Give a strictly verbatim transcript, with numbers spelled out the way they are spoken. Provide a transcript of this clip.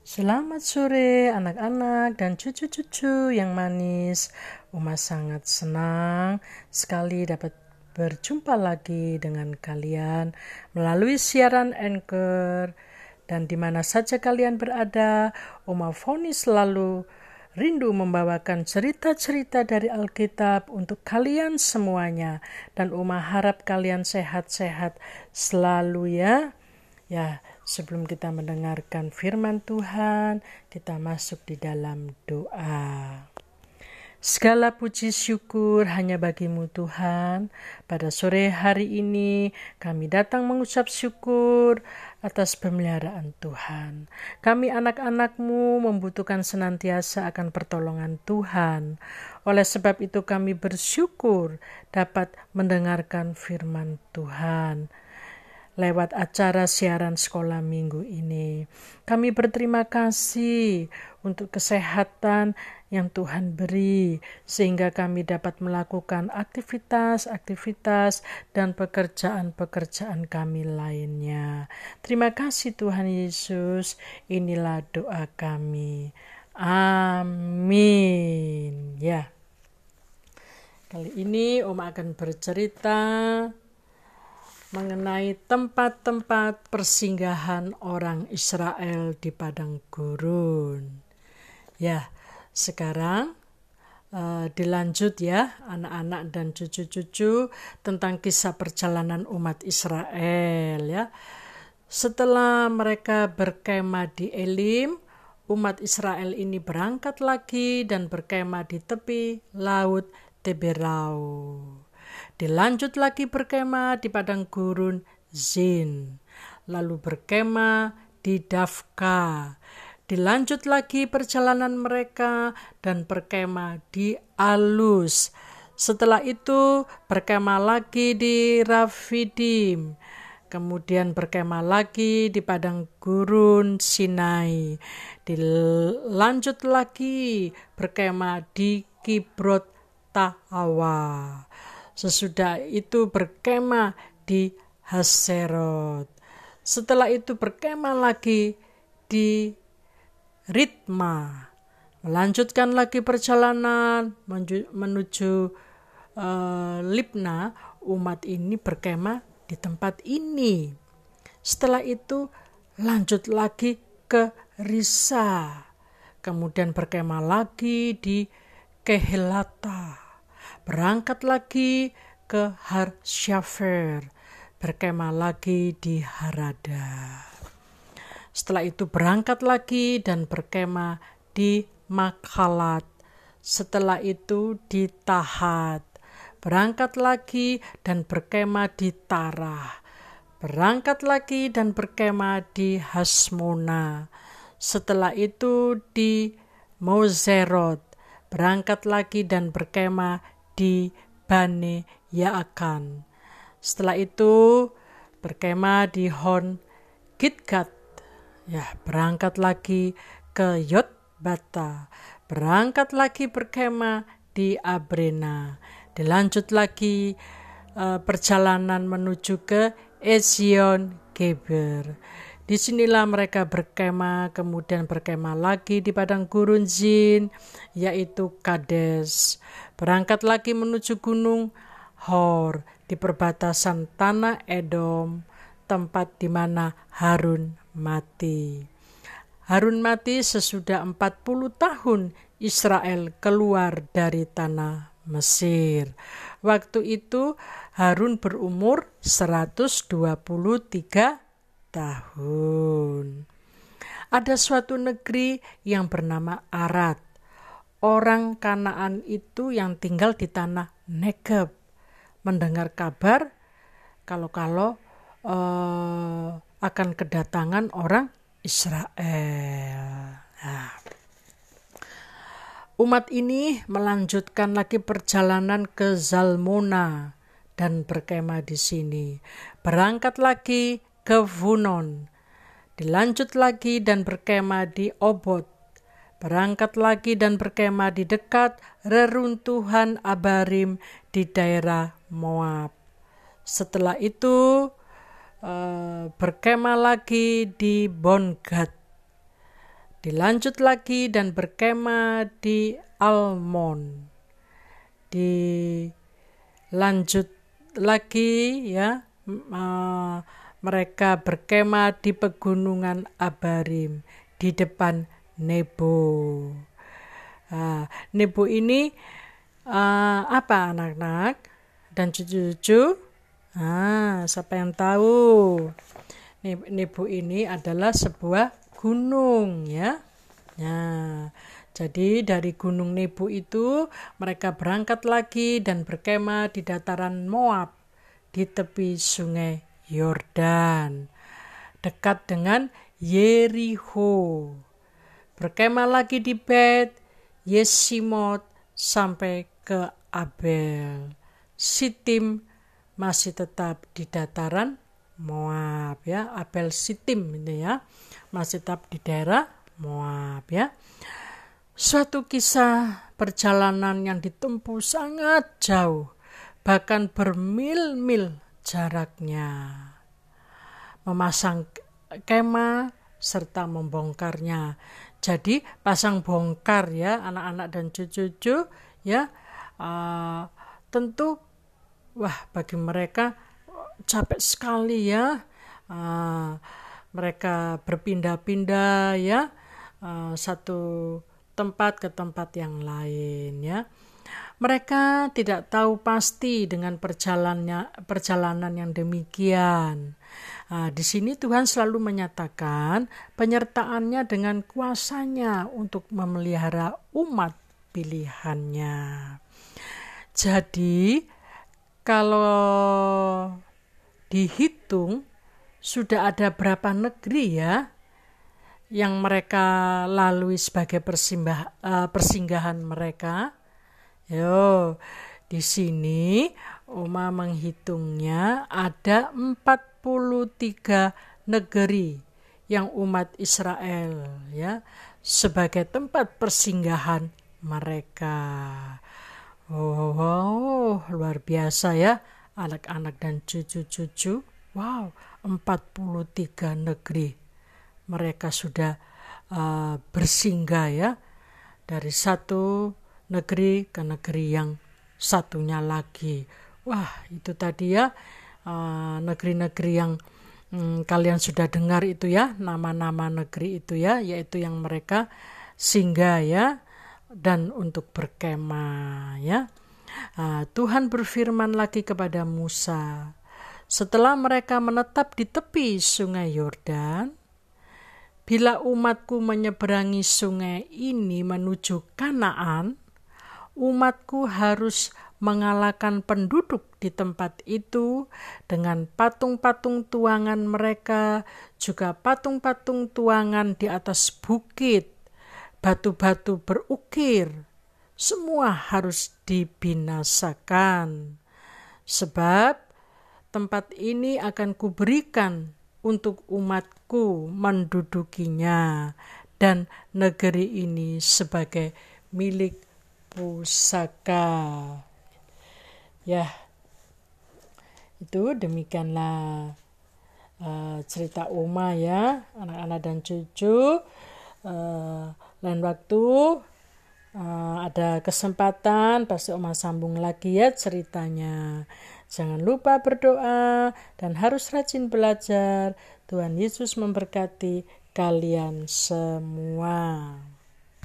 Selamat sore anak-anak dan cucu-cucu yang manis. Uma sangat senang sekali dapat berjumpa lagi dengan kalian melalui siaran Anchor. Dan di mana saja kalian berada, Uma Foni selalu rindu membawakan cerita-cerita dari Alkitab untuk kalian semuanya. Dan Uma harap kalian sehat-sehat selalu ya. Ya, sebelum kita mendengarkan firman Tuhan, kita masuk di dalam doa. Segala puji syukur hanya bagimu Tuhan. Pada sore hari ini kami datang mengucap syukur atas pemeliharaan Tuhan. Kami anak-anak-Mu membutuhkan senantiasa akan pertolongan Tuhan. Oleh sebab itu kami bersyukur dapat mendengarkan firman Tuhan lewat acara siaran sekolah minggu ini. Kami berterima kasih untuk kesehatan yang Tuhan beri, sehingga kami dapat melakukan aktivitas-aktivitas dan pekerjaan-pekerjaan kami lainnya. Terima kasih Tuhan Yesus, inilah doa kami. Amin. Ya. Kali ini Oma akan bercerita mengenai tempat-tempat persinggahan orang Israel di padang gurun. Ya, sekarang uh, dilanjut ya anak-anak dan cucu-cucu tentang kisah perjalanan umat Israel ya. Setelah mereka berkemah di Elim, umat Israel ini berangkat lagi dan berkemah di tepi laut Teberau. Dilanjut lagi berkemah di padang gurun Zin, lalu berkemah di Dafka. Dilanjut lagi perjalanan mereka dan berkemah di Alus. Setelah itu berkemah lagi di Rafidim. Kemudian berkemah lagi di padang gurun Sinai. Dilanjut lagi berkemah di Kibrot Tahawa. Sesudah itu berkemah di Haserot. Setelah itu berkemah lagi di Ritma. Melanjutkan lagi perjalanan menuju uh, Libna. Umat ini berkemah di tempat ini. Setelah itu lanjut lagi ke Risa. Kemudian berkemah lagi di Kehelata. Berangkat lagi ke Harsyafer, berkemah lagi di Harada. Setelah itu berangkat lagi dan berkemah di Makhalat. Setelah itu di Tahat. Berangkat lagi dan berkemah di Tarah. Berangkat lagi dan berkemah di Hasmona. Setelah itu di Mozerot. Berangkat lagi dan berkemah di Bane Yaakan. Setelah itu berkemah di Hon Gidgat. Ya, berangkat lagi ke Yotbata. Berangkat lagi berkemah di Abrena. Dilanjut lagi uh, perjalanan menuju ke Ezion Geber. Disinilah mereka berkemah, kemudian berkemah lagi di padang gurun Zin, yaitu Kades. Berangkat lagi menuju gunung Hor di perbatasan tanah Edom, tempat di mana Harun mati. Harun mati sesudah empat puluh tahun Israel keluar dari tanah Mesir. Waktu itu Harun berumur seratus dua puluh tiga tahun. Ada suatu negeri yang bernama Arad. Orang Kanaan itu yang tinggal di tanah Negeb mendengar kabar kalau-kalau uh, akan kedatangan orang Israel. Nah, umat ini melanjutkan lagi perjalanan ke Zalmona dan berkemah di sini. Berangkat lagi ke Funon. Dilanjut lagi dan berkemah di Obot. Berangkat lagi dan berkemah di dekat reruntuhan Abarim di daerah Moab. Setelah itu uh, berkemah lagi di Bongad. Dilanjut lagi dan berkemah di Almon. Dilanjut lagi ya, uh, mereka berkemah di pegunungan Abarim di depan Nebo. Uh, Nebo ini uh, apa anak-anak dan cucu-cucu? Ah, siapa yang tahu? Nebo ini adalah sebuah gunung ya. Nah, jadi dari Gunung Nebo itu mereka berangkat lagi dan berkemah di dataran Moab di tepi sungai Yordan dekat dengan Yeriko. Berkemah lagi di Bet Yesimot sampai ke Abel. Sitim masih tetap di dataran Moab ya, Abel Sitim ini ya, masih tetap di daerah Moab ya. Suatu kisah perjalanan yang ditempuh sangat jauh, bahkan bermil-mil jaraknya. Memasang kemah serta membongkarnya. Jadi pasang bongkar ya anak-anak dan cucu-cucu ya, uh, tentu wah bagi mereka capek sekali ya. Uh, mereka berpindah-pindah ya, uh, satu tempat ke tempat yang lain ya. Mereka tidak tahu pasti dengan perjalanannya perjalanan yang demikian. Uh, di sini Tuhan selalu menyatakan penyertaannya dengan kuasanya untuk memelihara umat pilihannya. Jadi kalau dihitung sudah ada berapa negeri ya yang mereka lalui sebagai persimbah, uh, persinggahan mereka. Yo, di sini Oma menghitungnya ada empat puluh tiga negeri yang umat Israel ya sebagai tempat persinggahan mereka. Oh, wow, luar biasa ya anak-anak dan cucu-cucu. Wow, empat puluh tiga negeri mereka sudah uh, bersinggah ya, dari satu negeri ke negeri yang satunya lagi. Wah, itu tadi ya uh, negeri-negeri yang um, kalian sudah dengar itu ya, nama-nama negeri itu ya, yaitu yang mereka singgah ya, dan untuk berkemah ya. Uh, Tuhan berfirman lagi kepada Musa, setelah mereka menetap di tepi sungai Yordan, bila umatku menyeberangi sungai ini menuju Kanaan, umatku harus mengalahkan penduduk di tempat itu dengan patung-patung tuangan mereka, juga patung-patung tuangan di atas bukit, batu-batu berukir, semua harus dibinasakan. Sebab tempat ini akan kuberikan untuk umatku mendudukinya, dan negeri ini sebagai milik pusaka. Ya, itu demikianlah uh, cerita Oma ya, anak-anak dan cucu. Uh, lain waktu uh, ada kesempatan pasti Oma sambung lagi ya ceritanya. Jangan lupa berdoa dan harus rajin belajar. Tuhan Yesus memberkati kalian semua.